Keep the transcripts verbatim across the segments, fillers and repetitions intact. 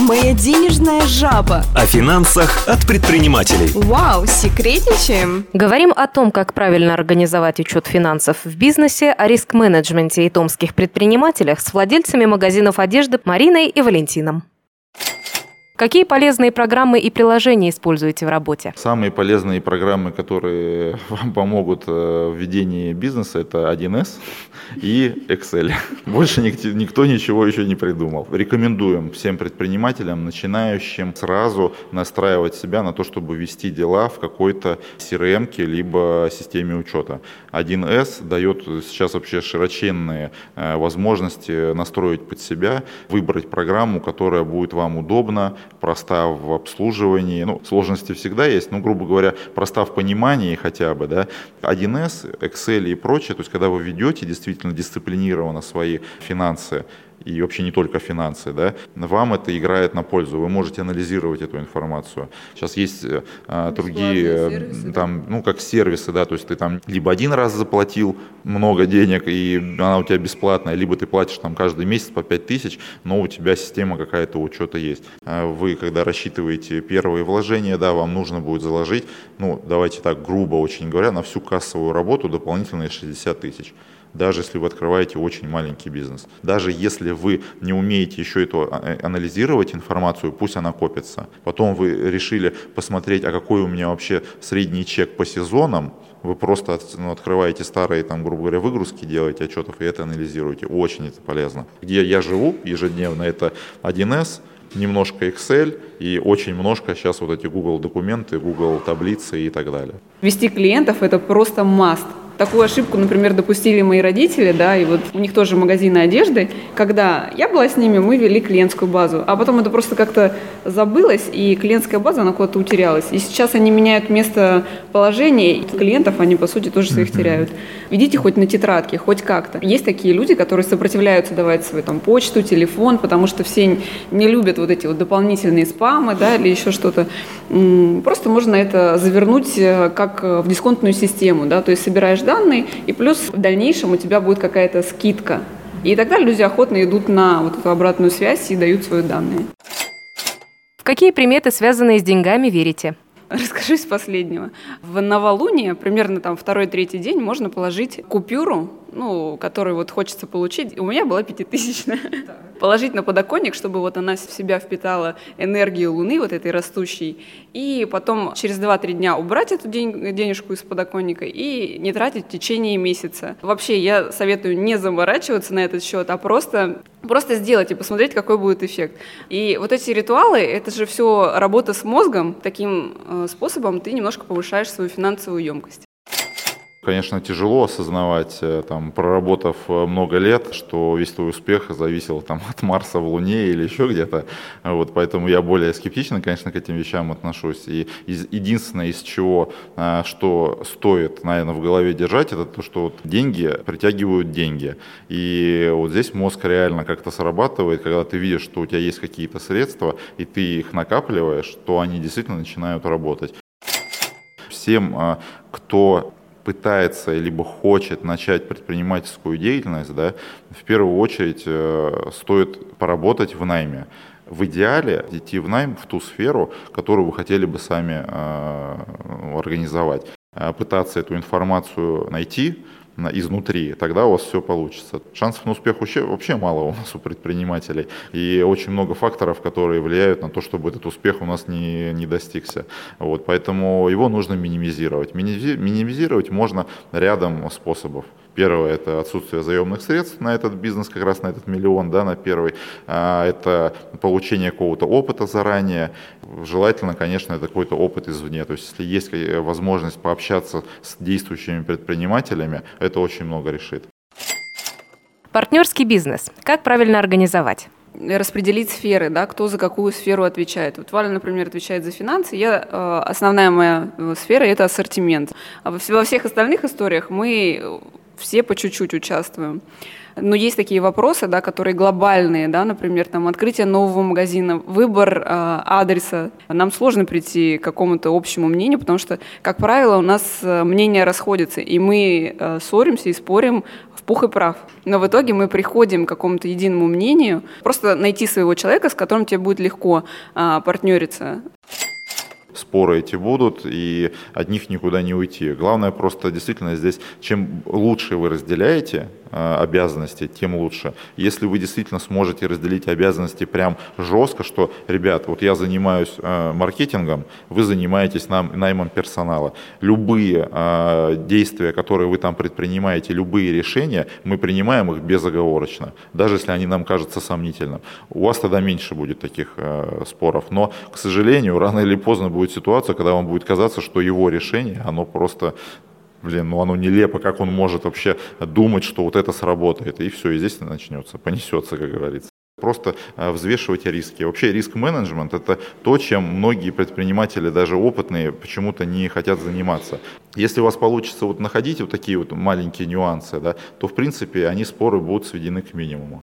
Моя денежная жаба. О финансах от предпринимателей. Вау, секретничаем. Говорим о том, как правильно организовать учет финансов в бизнесе, о риск-менеджменте и томских предпринимателях с владельцами магазинов одежды Мариной и Валентином. Какие полезные программы и приложения используете в работе? Самые полезные программы, которые вам помогут в ведении бизнеса, это один эс и Excel. Больше никто ничего еще не придумал. Рекомендуем всем предпринимателям, начинающим, сразу настраивать себя на то, чтобы вести дела в какой-то си эр эм-ке либо системе учета. один эс дает сейчас вообще широченные возможности настроить под себя, выбрать программу, которая будет вам удобна, проста в обслуживании, ну, сложности всегда есть, но, грубо говоря, проста в понимании хотя бы, да. один эс, Excel и прочее, то есть, когда вы ведете действительно дисциплинированно свои финансы, и вообще не только финансы, да, вам это играет на пользу. Вы можете анализировать эту информацию. Сейчас есть а, другие, сервисы, там, да? ну, как сервисы, да, то есть ты там либо один раз заплатил много денег, и она у тебя бесплатная, либо ты платишь там каждый месяц по пять тысяч, но у тебя система какая-то учета есть. Вы, когда рассчитываете первые вложения, да, вам нужно будет заложить, ну, давайте так грубо очень говоря, на всю кассовую работу дополнительные шестьдесят тысяч. Даже если вы открываете очень маленький бизнес. Даже если вы не умеете еще эту анализировать информацию, пусть она копится. Потом вы решили посмотреть, а какой у меня вообще средний чек по сезонам. Вы просто ну, открываете старые, там, грубо говоря, выгрузки, делаете отчетов и это анализируете. Очень это полезно. Где я живу ежедневно, это один эс, немножко Excel и очень немножко сейчас вот эти Google документы, Google таблицы и так далее. Вести клиентов – это просто must. Такую ошибку, например, допустили мои родители, да, и вот у них тоже магазины одежды. Когда я была с ними, мы вели клиентскую базу, а потом это просто как-то забылось, и клиентская база, она куда-то утерялась. И сейчас они меняют местоположение, и клиентов они, по сути, тоже своих теряют. Ведите хоть на тетрадке, хоть как-то. Есть такие люди, которые сопротивляются давать свою там почту, телефон, потому что все не любят вот эти вот дополнительные спамы, да, или еще что-то. Просто можно это завернуть как в дисконтную систему, да, то есть собираешь данные, и плюс в дальнейшем у тебя будет какая-то скидка. И тогда люди охотно идут на вот эту обратную связь и дают свои данные. В какие приметы, связанные с деньгами, верите? Расскажу из последнего. В новолуние, примерно там второй-третий день, можно положить купюру, ну, которую вот хочется получить. У меня была пятитысячная. Положить на подоконник, чтобы вот она в себя впитала энергию Луны, вот этой растущей, и потом через два-три дня убрать эту день, денежку из подоконника и не тратить в течение месяца. Вообще, я советую не заморачиваться на этот счет, а просто, просто сделать и посмотреть, какой будет эффект. И вот эти ритуалы, это же все работа с мозгом. Таким э, способом ты немножко повышаешь свою финансовую емкость. Конечно, тяжело осознавать, там, проработав много лет, что весь твой успех зависел там, от Марса в Луне или еще где-то. Вот, поэтому я более скептично, конечно, к этим вещам отношусь. И из, единственное, из чего, что стоит, наверное, в голове держать, это то, что вот деньги притягивают деньги. И вот здесь мозг реально как-то срабатывает, когда ты видишь, что у тебя есть какие-то средства, и ты их накапливаешь, то они действительно начинают работать. Всем, кто пытается либо хочет начать предпринимательскую деятельность, да, в первую очередь э, стоит поработать в найме. В идеале идти в найм в ту сферу, которую вы хотели бы сами э, организовать. Пытаться эту информацию найти изнутри, тогда у вас все получится. Шансов на успех вообще, вообще мало у нас у предпринимателей, и очень много факторов, которые влияют на то, чтобы этот успех у нас не, не достигся. Вот, поэтому его нужно минимизировать. Минимизировать можно рядом способов. Первое – это отсутствие заемных средств на этот бизнес, как раз на этот миллион, да, на первый. Это получение какого-то опыта заранее. Желательно, конечно, это какой-то опыт извне. То есть, если есть возможность пообщаться с действующими предпринимателями, это очень много решит. Партнерский бизнес. Как правильно организовать? Распределить сферы, да, кто за какую сферу отвечает. Вот Валя, например, отвечает за финансы, я, э, основная моя сфера – это ассортимент. А во всех остальных историях мы все по чуть-чуть участвуем. Но есть такие вопросы, да, которые глобальные, да, например, там, открытие нового магазина, выбор э, адреса. Нам сложно прийти к какому-то общему мнению, потому что, как правило, у нас мнения расходятся, и мы э, ссоримся и спорим в пух и прав. Но в итоге мы приходим к какому-то единому мнению, просто найти своего человека, с которым тебе будет легко э, партнериться. Споры эти будут, и от них никуда не уйти. Главное просто действительно здесь, чем лучше вы разделяете э, обязанности, тем лучше. Если вы действительно сможете разделить обязанности прям жестко, что, ребят, вот я занимаюсь э, маркетингом, вы занимаетесь нам, наймом персонала. Любые э, действия, которые вы там предпринимаете, любые решения, мы принимаем их безоговорочно, даже если они нам кажутся сомнительным. У вас тогда меньше будет таких э, споров. Но, к сожалению, рано или поздно будет ситуация, когда вам будет казаться, что его решение, оно просто, блин, ну оно нелепо, как он может вообще думать, что вот это сработает, и все, и здесь начнется, понесется, как говорится. Просто взвешивайте риски. Вообще риск-менеджмент – это то, чем многие предприниматели, даже опытные, почему-то не хотят заниматься. Если у вас получится вот находить вот такие вот маленькие нюансы, да, то, в принципе, они, споры будут сведены к минимуму.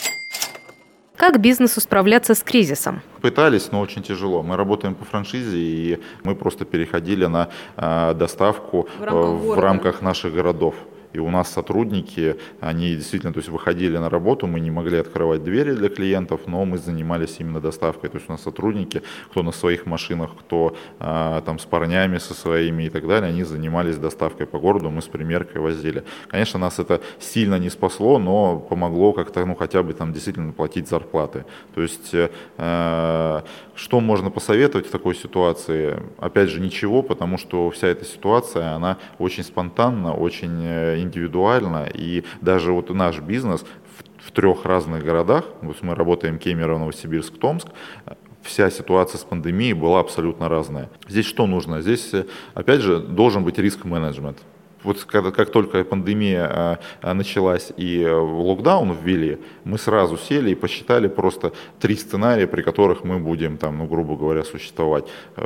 Как бизнесу справляться с кризисом? Пытались, но очень тяжело. Мы работаем по франшизе, и мы просто переходили на э, доставку в рамках, э, в рамках наших городов. И у нас сотрудники, они действительно, то есть выходили на работу, мы не могли открывать двери для клиентов, но мы занимались именно доставкой. То есть у нас сотрудники, кто на своих машинах, кто а, там с парнями со своими и так далее, они занимались доставкой по городу, мы с примеркой возили. Конечно, нас это сильно не спасло, но помогло как-то, ну, хотя бы там действительно платить зарплаты. То есть, э, что можно посоветовать в такой ситуации? Опять же, ничего, потому что вся эта ситуация, она очень спонтанна, очень индивидуально, и даже вот наш бизнес в, в трех разных городах, вот мы работаем Кемерово, Новосибирск, Томск, вся ситуация с пандемией была абсолютно разная. Здесь что нужно? Здесь, опять же, должен быть риск-менеджмент. Вот когда, как только пандемия а, началась и локдаун ввели, мы сразу сели и посчитали просто три сценария, при которых мы будем, там, ну, грубо говоря, существовать.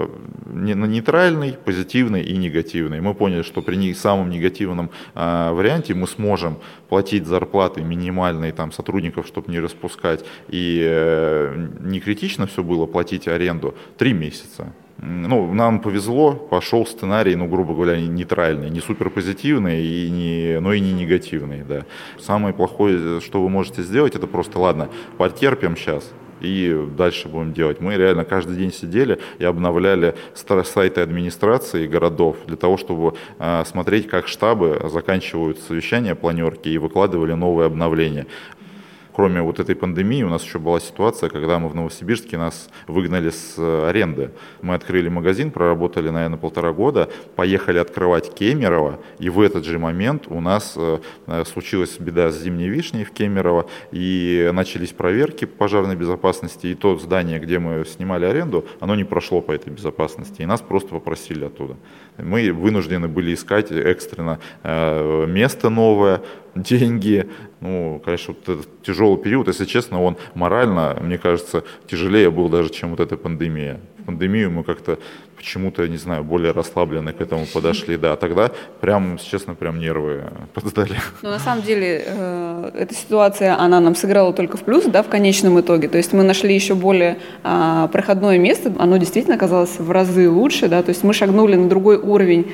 Нейтральный, позитивный и негативный. Мы поняли, что при самом негативном а, варианте мы сможем платить зарплаты минимальные там, сотрудников, чтобы не распускать, и э, не критично все было платить аренду три месяца. Ну, нам повезло, пошел сценарий, ну, грубо говоря, нейтральный, не суперпозитивный, и не, но и не негативный, да. Самое плохое, что вы можете сделать, это просто, ладно, потерпим сейчас, и дальше будем делать. Мы реально каждый день сидели и обновляли сайты администрации городов для того, чтобы э, смотреть, как штабы заканчивают совещания, планерки и выкладывали новые обновления. Кроме вот этой пандемии, у нас еще была ситуация, когда мы в Новосибирске нас выгнали с аренды. Мы открыли магазин, проработали, наверное, полтора года, поехали открывать Кемерово, и в этот же момент у нас случилась беда с зимней вишней в Кемерово, и начались проверки пожарной безопасности, и то здание, где мы снимали аренду, оно не прошло по этой безопасности, и нас просто попросили оттуда. Мы вынуждены были искать экстренно место новое, деньги. Ну, конечно, вот этот тяжелый период, если честно, он морально, мне кажется, тяжелее был даже, чем вот эта пандемия. В пандемию мы как-то почему-то, не знаю, более расслабленно к этому подошли, да, а тогда прям, честно, прям нервы подсдали. Но на самом деле э, эта ситуация, она нам сыграла только в плюс, да, в конечном итоге, то есть мы нашли еще более э, проходное место, оно действительно оказалось в разы лучше, да, то есть мы шагнули на другой уровень.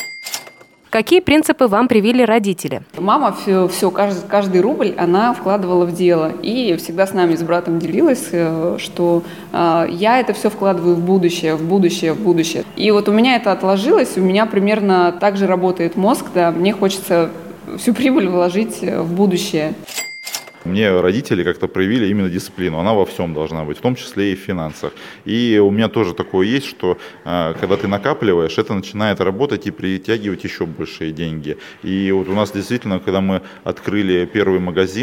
Какие принципы вам привили родители? Мама все, все каждый, каждый рубль она вкладывала в дело и всегда с нами с братом делилась, что э, я это все вкладываю в будущее, в будущее, в будущее. И вот у меня это отложилось, у меня примерно так же работает мозг, да, мне хочется всю прибыль вложить в будущее. Мне родители как-то проявили именно дисциплину, она во всем должна быть, в том числе и в финансах. И у меня тоже такое есть, что когда ты накапливаешь, это начинает работать и притягивать еще большие деньги. И вот у нас действительно, когда мы открыли первый магазин,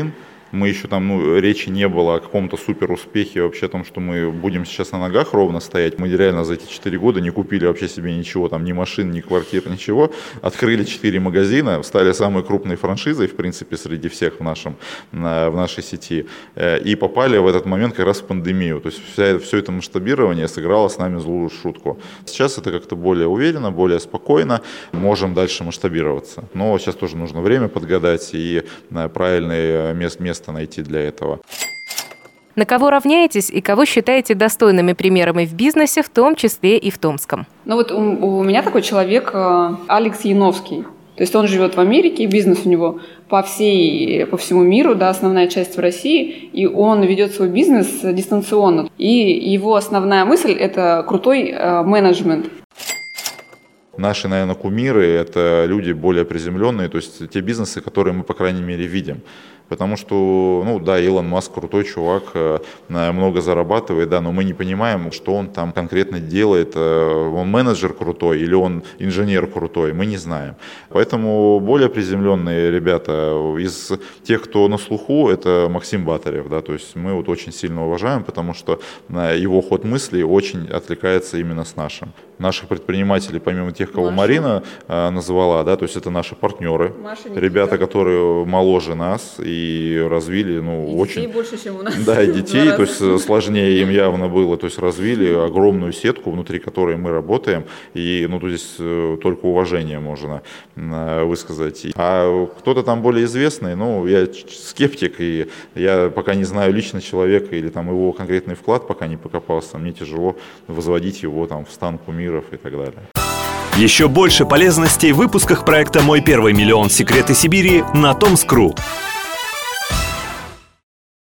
Мы еще там, ну, речи не было о каком-то супер успехе, вообще о том, что мы будем сейчас на ногах ровно стоять. Мы реально за эти четыре года не купили вообще себе ничего, там, ни машин, ни квартир, ничего. Открыли четыре магазина, стали самой крупной франшизой, в принципе, среди всех в, нашем, в нашей сети. И попали в этот момент как раз в пандемию. То есть вся, все это масштабирование сыграло с нами злую шутку. Сейчас это как-то более уверенно, более спокойно. Можем дальше масштабироваться. Но сейчас тоже нужно время подгадать и правильное место найти для этого. На кого равняетесь и кого считаете достойными примерами в бизнесе, в том числе и в Томском? Ну вот у, у меня такой человек Алекс Яновский. То есть он живет в Америке, бизнес у него по всей, по всему миру, да, основная часть в России, и он ведет свой бизнес дистанционно. И его основная мысль – это крутой э, менеджмент. Наши, наверное, кумиры – это люди более приземленные, то есть те бизнесы, которые мы, по крайней мере, видим. Потому что, ну да, Илон Маск крутой чувак, много зарабатывает, да, но мы не понимаем, что он там конкретно делает. Он менеджер крутой или он инженер крутой, мы не знаем. Поэтому более приземленные ребята из тех, кто на слуху, это Максим Батарев, да, то есть мы вот очень сильно уважаем, потому что его ход мыслей очень откликается именно с нашим. Наших предпринимателей, помимо тех, кого Маша. Марина назвала, да, то есть это наши партнеры, Маша, ребята, которые моложе нас и И развили, ну, и очень... детей больше, чем у нас. Да, и детей, то есть сложнее им явно было, то есть развили огромную сетку, внутри которой мы работаем, и, ну, то здесь только уважение можно высказать. А кто-то там более известный, ну, я скептик, и я пока не знаю лично человека или там его конкретный вклад, пока не покопался, мне тяжело возводить его там в стан кумиров и так далее. Еще больше полезностей в выпусках проекта «Мой первый миллион. Секреты Сибири» на Томск точка ру.